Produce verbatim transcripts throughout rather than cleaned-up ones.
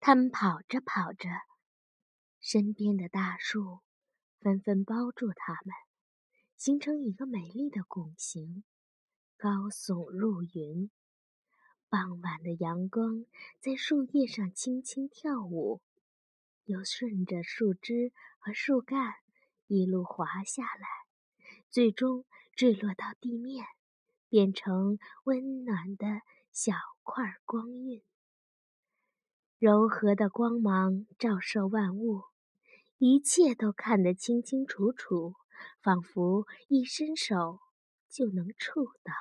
他们跑着跑着，身边的大树纷纷包住他们，形成一个美丽的拱形，高耸入云。傍晚的阳光在树叶上轻轻跳舞，又顺着树枝和树干一路滑下来，最终坠落到地面，变成温暖的小块光晕。柔和的光芒照射万物，一切都看得清清楚楚，仿佛一伸手就能触到。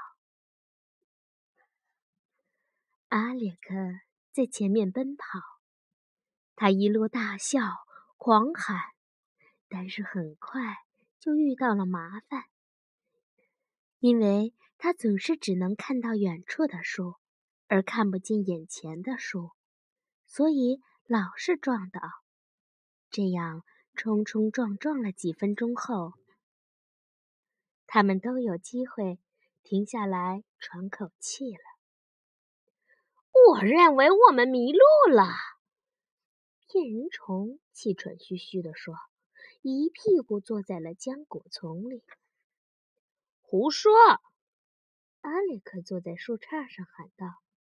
阿列克在前面奔跑，他一路大笑狂喊，但是很快就遇到了麻烦，因为他总是只能看到远处的树，而看不见眼前的树，所以老是撞倒。这样冲冲撞撞了几分钟后，他们都有机会停下来喘口气了。我认为我们迷路了，骗人虫气喘吁吁地说，一屁股坐在了浆果丛里。胡说！阿列克坐在树杈上喊道。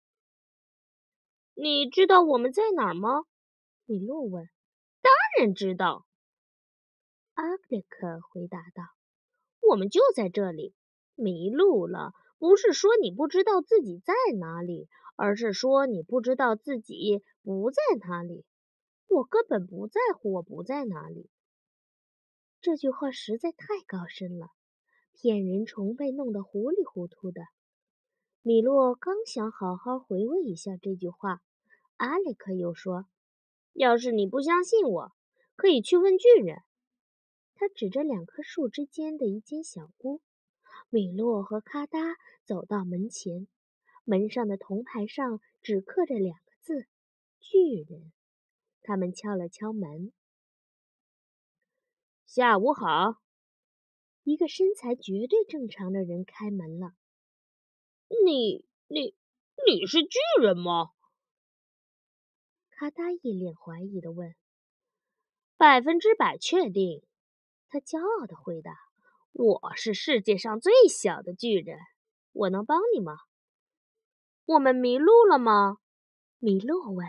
你知道我们在哪儿吗？米洛问。当然知道，阿列克回答道。我们就在这里。迷路了，不是说你不知道自己在哪里，而是说你不知道自己不在哪里。我根本不在乎我不在哪里。这句话实在太高深了，骗人虫被弄得糊里糊涂的。米洛刚想好好回味一下这句话，阿列克又说，要是你不相信我，可以去问巨人。他指着两棵树之间的一间小屋。米洛和咔哒走到门前，门上的铜牌上只刻着两个字：巨人。他们敲了敲门。下午好。一个身材绝对正常的人开门了。你、你、你是巨人吗？咔哒一脸怀疑地问。百分之百确定，他骄傲地回答。我是世界上最小的巨人，我能帮你吗？我们迷路了吗？米洛问。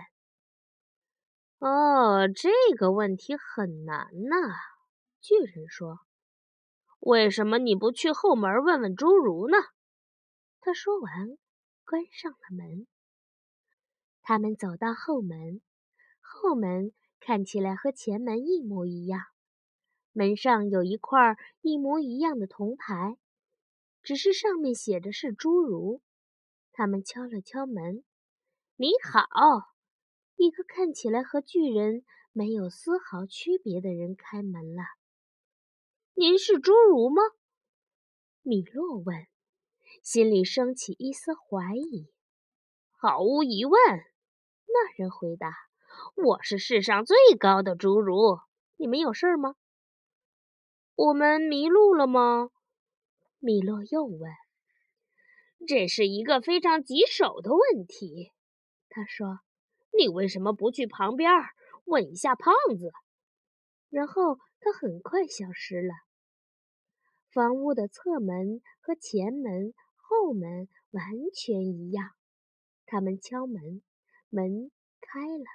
哦，这个问题很难呐，巨人说。为什么你不去后门问问侏儒呢？他说完，关上了门。他们走到后门，后门看起来和前门一模一样，门上有一块一模一样的铜牌，只是上面写的是侏儒。他们敲了敲门。你好，一个看起来和巨人没有丝毫区别的人开门了。您是侏儒吗？米洛问，心里升起一丝怀疑。毫无疑问，那人回答，我是世上最高的侏儒。你们有事吗？我们迷路了吗？米洛又问。这是一个非常棘手的问题，他说。你为什么不去旁边问一下胖子？然后他很快消失了。房屋的侧门和前门、后门完全一样。他们敲门，门开了。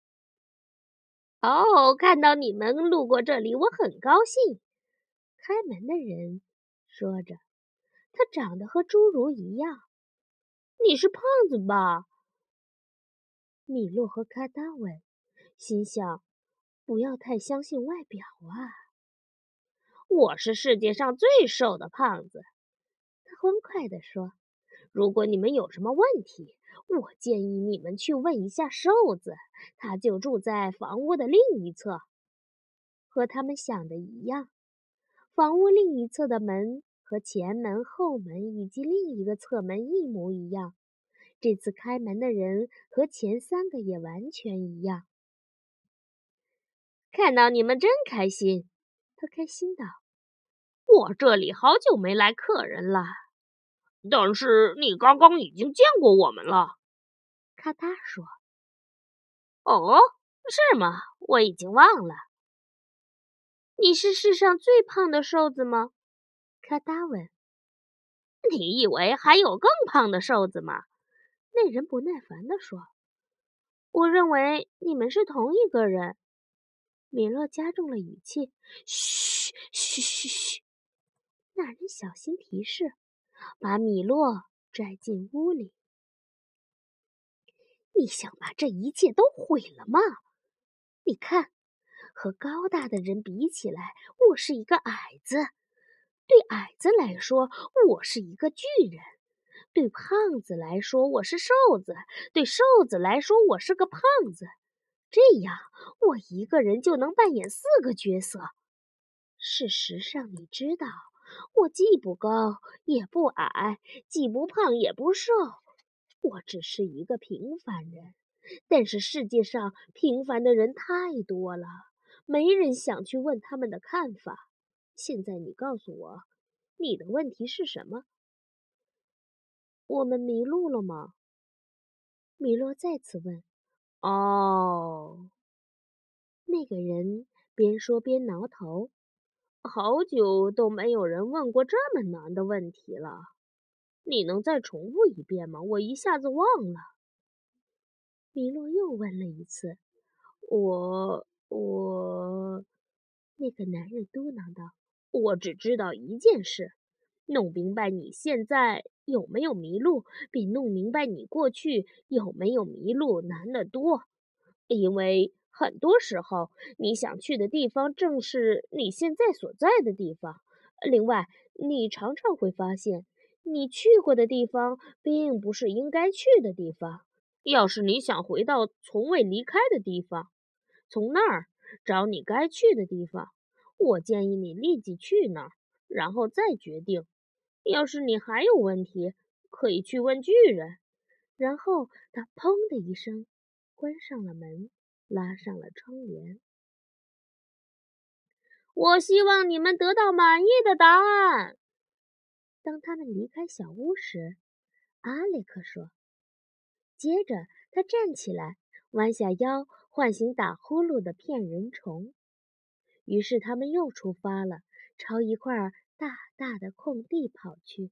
哦，看到你们路过这里，我很高兴。开门的人说着，他长得和侏儒一样。你是胖子吧？米洛和咔哒问，心想，不要太相信外表啊。我是世界上最瘦的胖子，他欢快地说。如果你们有什么问题，我建议你们去问一下瘦子，他就住在房屋的另一侧。和他们想的一样，房屋另一侧的门和前门、后门以及另一个侧门一模一样。这次开门的人和前三个也完全一样。看到你们真开心，他开心道。我这里好久没来客人了。但是你刚刚已经见过我们了，咔哒说。 哦，是吗？我已经忘了。你是世上最胖的瘦子吗？咔哒问。你以为还有更胖的瘦子吗？那人不耐烦地说。我认为你们是同一个人。米洛加重了语气。嘘嘘嘘嘘。那人小心提示，把米洛拽进屋里。你想把这一切都毁了吗？你看，和高大的人比起来，我是一个矮子。对矮子来说，我是一个巨人；对胖子来说，我是瘦子；对瘦子来说，我是个胖子。这样，我一个人就能扮演四个角色。事实上，你知道，我既不高也不矮，既不胖也不瘦，我只是一个平凡人。但是世界上平凡的人太多了，没人想去问他们的看法。现在你告诉我，你的问题是什么？我们迷路了吗？米洛再次问。哦，那个人边说边挠头。好久都没有人问过这么难的问题了。你能再重复一遍吗？我一下子忘了。米洛又问了一次。我我，那个男人嘟囔道：“我只知道一件事，弄明白你现在有没有迷路，比弄明白你过去有没有迷路难得多。因为很多时候，你想去的地方正是你现在所在的地方。另外，你常常会发现，你去过的地方并不是应该去的地方。要是你想回到从未离开的地方，从那儿找你该去的地方，我建议你立即去那儿，然后再决定。要是你还有问题，可以去问巨人。”然后他砰的一声关上了门，拉上了窗帘。我希望你们得到满意的答案。当他们离开小屋时，阿列克说。接着他站起来，弯下腰，唤醒打呼噜的骗人虫。于是他们又出发了，朝一块大大的空地跑去。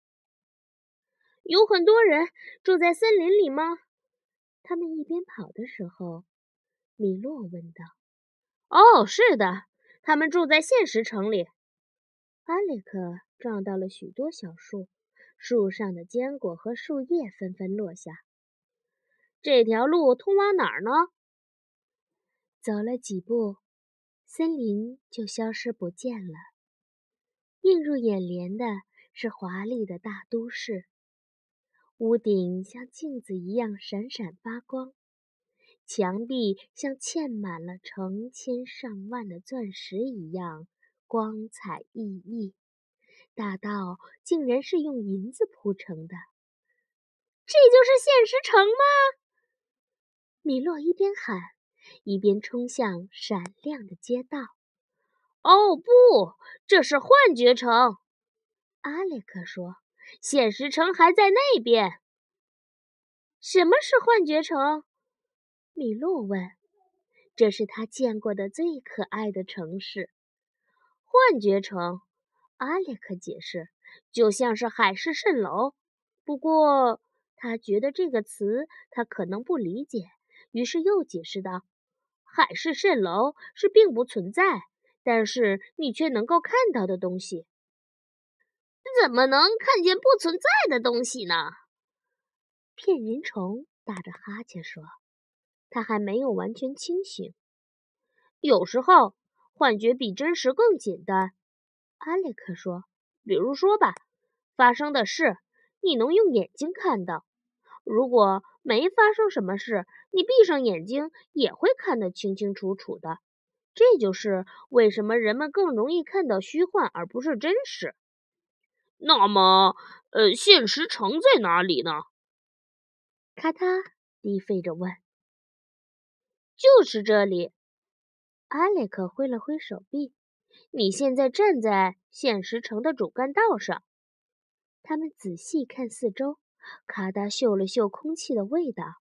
有很多人住在森林里吗？他们一边跑的时候，米洛问道。哦，是的，他们住在现实城里。阿列克撞到了许多小树，树上的坚果和树叶纷纷落下。这条路通往哪儿呢？走了几步，森林就消失不见了。映入眼帘的是华丽的大都市，屋顶像镜子一样闪闪发光，墙壁像嵌满了成千上万的钻石一样光彩熠熠，大道竟然是用银子铺成的。这就是现实城吗？米洛一边喊，一边冲向闪亮的街道。哦不，这是幻觉城。阿列克说，现实城还在那边。什么是幻觉城？米洛问。这是他见过的最可爱的城市。幻觉城，阿列克解释，就像是海市蜃楼。不过他觉得这个词他可能不理解，于是又解释道，海市蜃楼是并不存在，但是你却能够看到的东西。怎么能看见不存在的东西呢？骗人虫打着哈欠说，他还没有完全清醒。有时候幻觉比真实更简单，阿列克说。比如说吧，发生的事你能用眼睛看到。如果没发生什么事，你闭上眼睛也会看得清清楚楚的。这就是为什么人们更容易看到虚幻而不是真实。那么，呃，现实城在哪里呢？咔嗒，低吠着问。就是这里。阿列克挥了挥手臂。你现在站在现实城的主干道上。他们仔细看四周，咔嗒嗅了嗅空气的味道，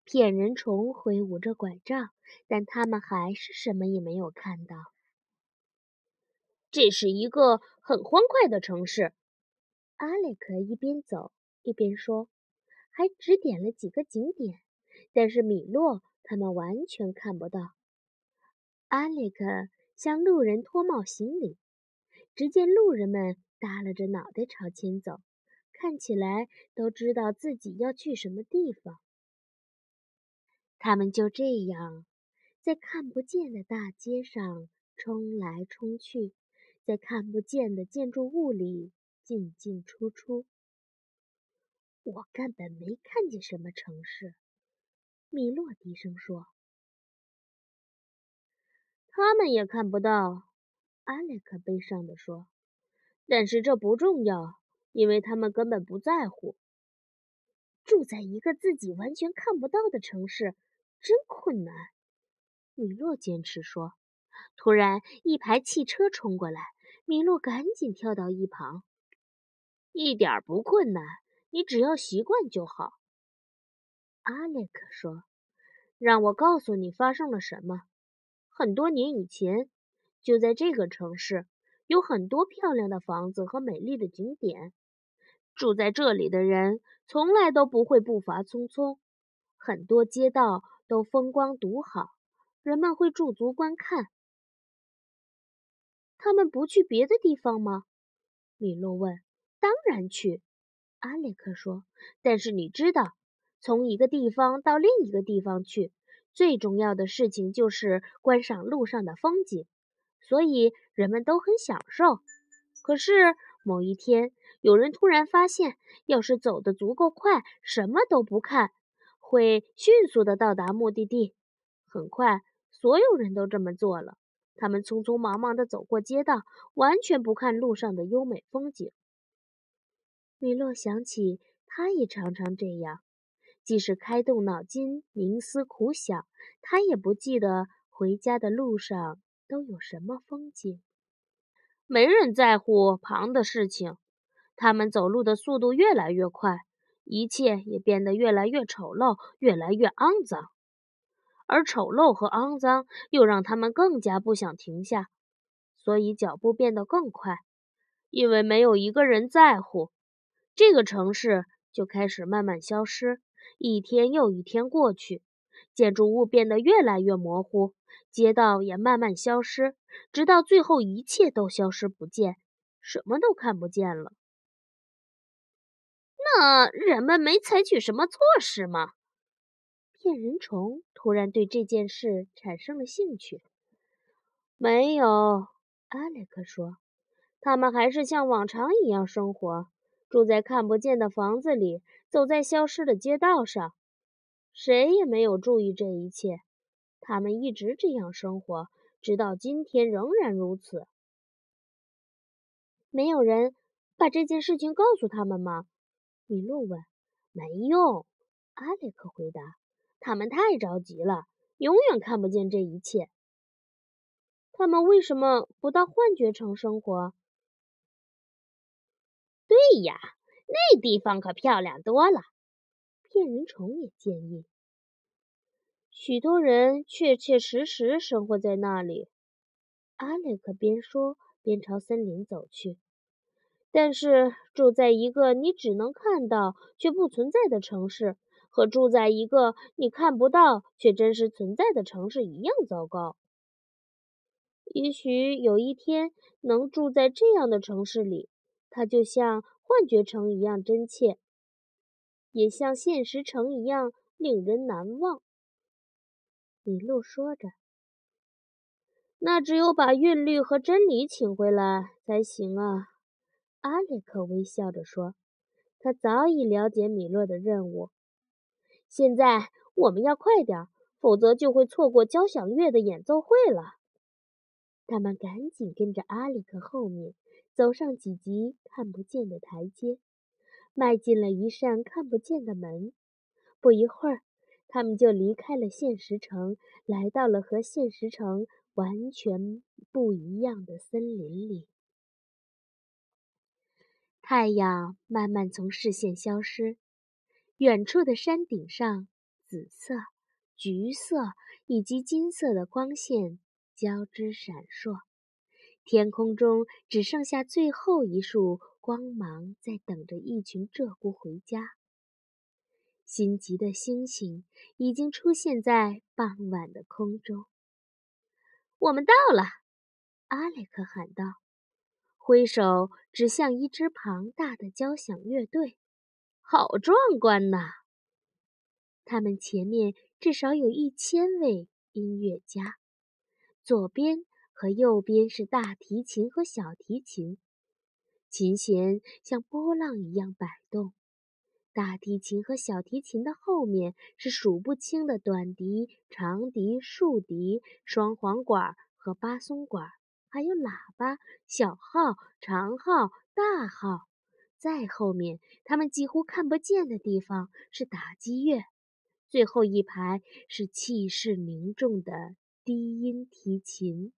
骗人虫挥舞着拐杖，但他们还是什么也没有看到。这是一个很欢快的城市，阿列克一边走一边说，还指点了几个景点，但是米洛他们完全看不到。阿列克向路人脱帽行礼，只见路人们耷拉着脑袋朝前走，看起来都知道自己要去什么地方。他们就这样在看不见的大街上冲来冲去，在看不见的建筑物里进进出出。我根本没看见什么城市，米洛低声说。他们也看不到，阿列克悲伤地说。但是这不重要，因为他们根本不在乎。住在一个自己完全看不到的城市，真困难，米洛坚持说。突然，一排汽车冲过来，米洛赶紧跳到一旁。一点儿不困难，你只要习惯就好。阿列克说，让我告诉你发生了什么。很多年以前，就在这个城市，有很多漂亮的房子和美丽的景点。住在这里的人从来都不会步伐匆匆，很多街道都风光独好，人们会驻足观看。他们不去别的地方吗？米洛问。当然去，阿列克说。但是你知道，从一个地方到另一个地方去，最重要的事情就是观赏路上的风景，所以人们都很享受。可是某一天，有人突然发现，要是走得足够快，什么都不看，会迅速地到达目的地。很快，所有人都这么做了。他们匆匆忙忙地走过街道，完全不看路上的优美风景。米洛想起，他也常常这样，即使开动脑筋冥思苦想，他也不记得回家的路上都有什么风景。没人在乎旁的事情，他们走路的速度越来越快，一切也变得越来越丑陋，越来越肮脏。而丑陋和肮脏又让他们更加不想停下，所以脚步变得更快。因为没有一个人在乎，这个城市就开始慢慢消失。一天又一天过去，建筑物变得越来越模糊，街道也慢慢消失，直到最后一切都消失不见，什么都看不见了。那人们没采取什么措施吗？骗人虫突然对这件事产生了兴趣。没有，阿列克说，他们还是像往常一样生活，住在看不见的房子里，走在消失的街道上。谁也没有注意这一切，他们一直这样生活，直到今天仍然如此。没有人把这件事情告诉他们吗？米洛问。没用，阿列克回答。他们太着急了，永远看不见这一切。他们为什么不到幻觉城生活？对呀，那地方可漂亮多了。骗人虫也建议。许多人确确实实生活在那里。阿列克边说边朝森林走去。但是住在一个你只能看到却不存在的城市，和住在一个你看不到却真实存在的城市一样糟糕。也许有一天能住在这样的城市里，它就像幻觉城一样真切，也像现实城一样令人难忘。米洛说着，那只有把韵律和真理请回来才行啊。阿列克微笑着说，他早已了解米洛的任务。现在我们要快点，否则就会错过交响乐的演奏会了。他们赶紧跟着阿列克后面，走上几级看不见的台阶，迈进了一扇看不见的门。不一会儿，他们就离开了现实城，来到了和现实城完全不一样的森林里。太阳慢慢从视线消失，远处的山顶上紫色、橘色以及金色的光线交织闪烁，天空中只剩下最后一束光芒在等着一群鹧鸪回家。心急的星星已经出现在傍晚的空中。我们到了，阿列克喊道，挥手指向一支庞大的交响乐队。好壮观呐！他们前面至少有一千位音乐家，左边和右边是大提琴和小提琴，琴弦像波浪一样摆动。大提琴和小提琴的后面是数不清的短笛、长笛、竖笛、双簧管和巴松管，还有喇叭、小号、长号、大号。再后面，他们几乎看不见的地方是打击乐。最后一排是气势凝重的低音提琴。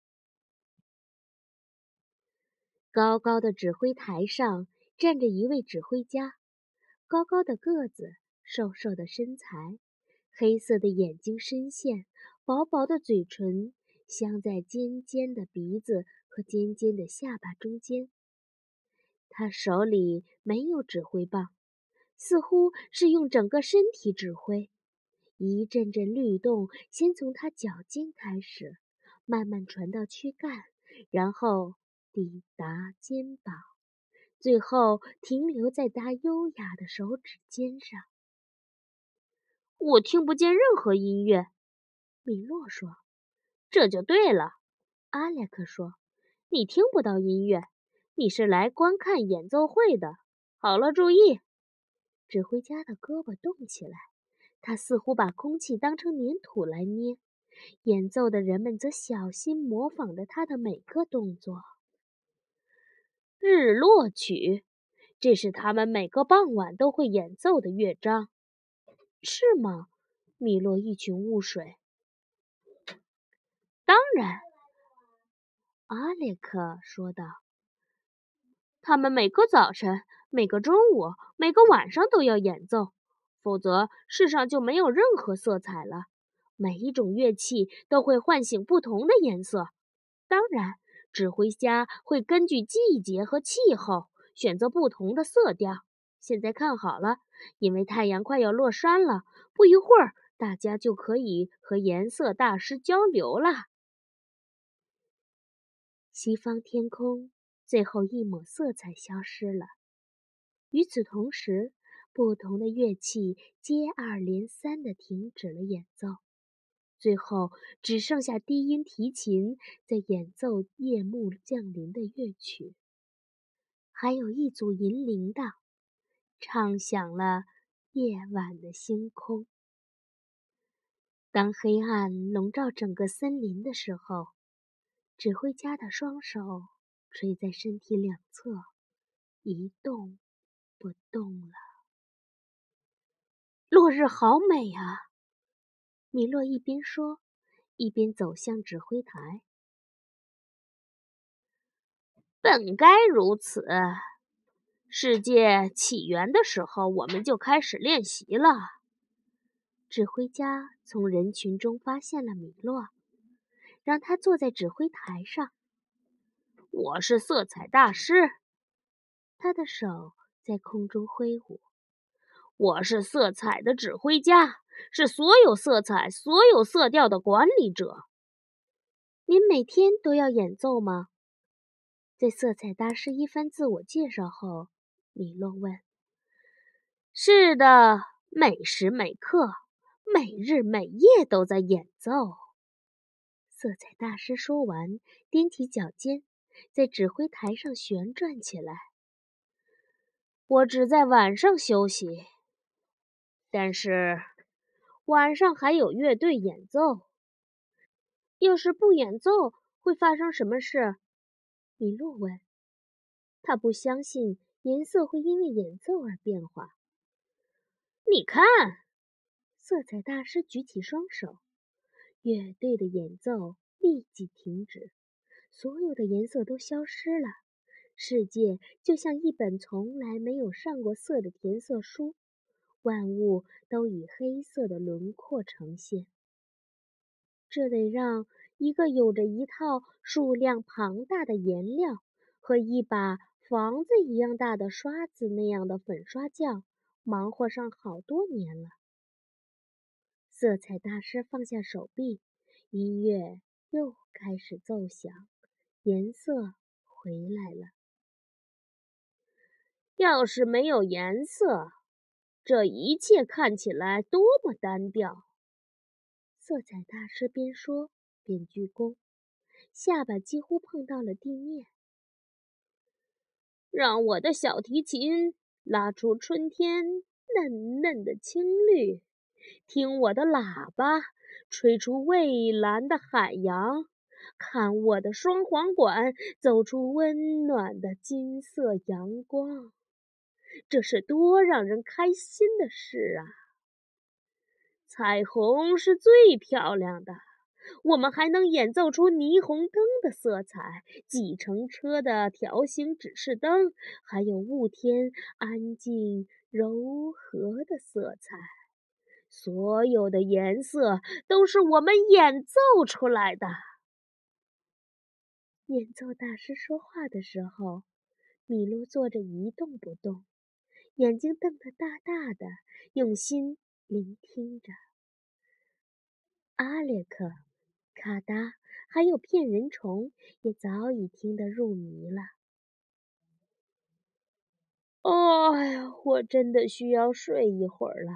高高的指挥台上站着一位指挥家，高高的个子，瘦瘦的身材，黑色的眼睛深陷，薄薄的嘴唇镶在尖尖的鼻子和尖尖的下巴中间。他手里没有指挥棒，似乎是用整个身体指挥。一阵阵律动先从他脚尖开始，慢慢传到躯干，然后抵达肩膀，最后停留在他优雅的手指尖上。我听不见任何音乐，米洛说。这就对了，阿列克说。你听不到音乐，你是来观看演奏会的。好了，注意！指挥家的胳膊动起来，他似乎把空气当成粘土来捏。演奏的人们则小心模仿着他的每个动作。日落曲，这是他们每个傍晚都会演奏的乐章。是吗？米洛一群雾水。当然，阿列克说道。他们每个早晨、每个中午、每个晚上都要演奏，否则世上就没有任何色彩了。每一种乐器都会唤醒不同的颜色。当然，指挥家会根据季节和气候选择不同的色调。现在看好了，因为太阳快要落山了，不一会儿大家就可以和颜色大师交流了。西方天空最后一抹色彩消失了。与此同时，不同的乐器接二连三地停止了演奏，最后只剩下低音提琴在演奏夜幕降临的乐曲，还有一组银铃铛，唱响了夜晚的星空。当黑暗笼罩整个森林的时候，指挥家的双手垂在身体两侧，一动不动了。落日好美啊！米洛一边说，一边走向指挥台。本该如此。世界起源的时候，我们就开始练习了。指挥家从人群中发现了米洛，让他坐在指挥台上。我是色彩大师，他的手在空中挥舞。我是色彩的指挥家，是所有色彩、所有色调的管理者。您每天都要演奏吗？在色彩大师一番自我介绍后，米洛问。是的，每时每刻，每日每夜都在演奏。色彩大师说完，踮起脚尖，在指挥台上旋转起来。我只在晚上休息，但是晚上还有乐队演奏。要是不演奏，会发生什么事？米洛问。他不相信颜色会因为演奏而变化。你看，色彩大师举起双手，乐队的演奏立即停止，所有的颜色都消失了。世界就像一本从来没有上过色的填色书， 万物都以黑色的轮廓呈现。这得让一个有着一套数量庞大的颜料和一把房子一样大的刷子那样的粉刷匠忙活上好多年了。色彩大师放下手臂，音乐又开始奏响，颜色回来了。要是没有颜色，这一切看起来多么单调。色彩大师边说边鞠躬，下巴几乎碰到了地面。让我的小提琴拉出春天嫩嫩的青绿，听我的喇叭吹出蔚蓝的海洋，看我的双簧管走出温暖的金色阳光。这是多让人开心的事啊！彩虹是最漂亮的，我们还能演奏出霓虹灯的色彩、计程车的条形指示灯，还有雾天安静柔和的色彩。所有的颜色都是我们演奏出来的。演奏大师说话的时候，米洛坐着一动不动，眼睛瞪得大大的，用心聆听着。阿列克、卡达还有骗人虫也早已听得入迷了。哎呀，我真的需要睡一会儿了。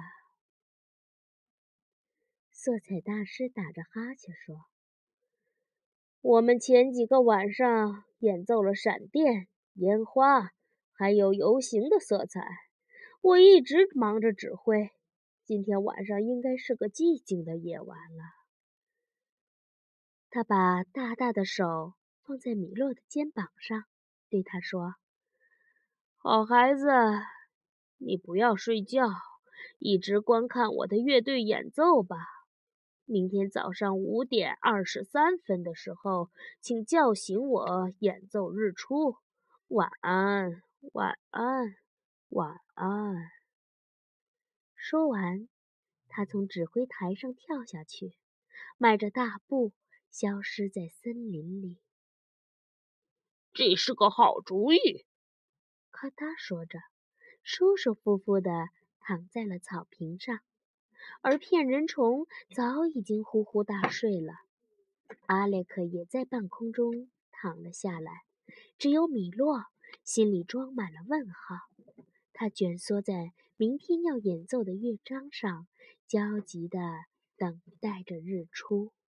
色彩大师打着哈欠说：“我们前几个晚上演奏了闪电、烟花，还有游行的色彩。我一直忙着指挥。今天晚上应该是个寂静的夜晚了。”他把大大的手放在米洛的肩膀上，对他说：“好孩子，你不要睡觉，一直观看我的乐队演奏吧。明天早上五点二十三分的时候，请叫醒我演奏日出。晚安，晚安，晚安。”说完，他从指挥台上跳下去，迈着大步消失在森林里。这是个好主意，咔嗒说着，舒舒服服地躺在了草坪上，而骗人虫早已经呼呼大睡了。阿列克也在半空中躺了下来，只有米洛心里装满了问号。他蜷缩在明天要演奏的乐章上，焦急地等待着日出。